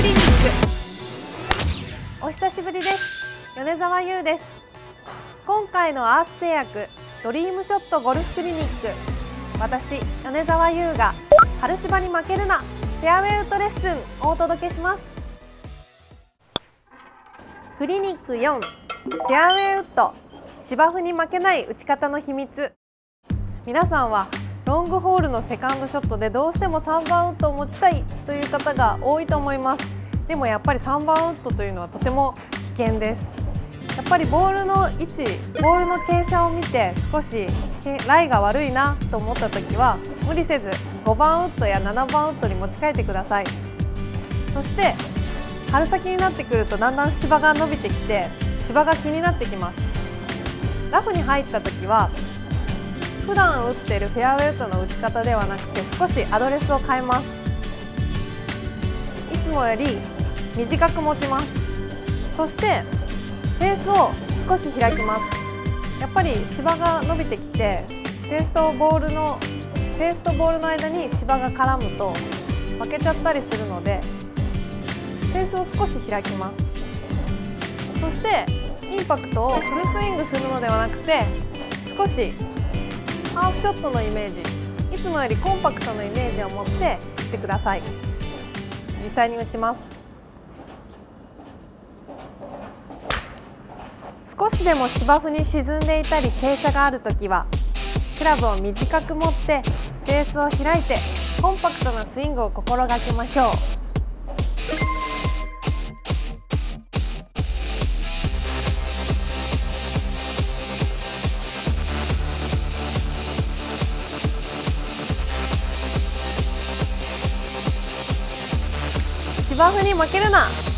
リニック。お久しぶりです。米沢優です。今回のアース製薬ドリームショットゴルフクリニック、私米沢優が春芝に負けるなフェアウェイウッドレッスンをお届けします。クリニック4、フェアウェイウッド芝生に負けない打ち方の秘密。皆さんはロングホールのセカンドショットでどうしても3番ウッドを持ちたいという方が多いと思います。でもやっぱり3番ウッドというのはとても危険です。やっぱりボールの位置、ボールの傾斜を見て少しライが悪いなと思った時は無理せず5番ウッドや7番ウッドに持ち替えてください。そして春先になってくるとだんだん芝が伸びてきて芝が気になってきます。ラフに入った時は普段打っているフェアウェイウッドの打ち方ではなくて少しアドレスを変えます。いつもより短く持ちます。そしてフェースを少し開きます。やっぱり芝が伸びてきてフェースとボールの間に芝が絡むと負けちゃったりするのでフェースを少し開きます。そしてインパクトをフルスイングするのではなくて少しハーフショットのイメージ、いつもよりコンパクトなイメージを持って打ってください。実際に打ちます。少しでも芝生に沈んでいたり傾斜があるときはクラブを短く持ってフェースを開いてコンパクトなスイングを心がけましょう。芝生に負けるな。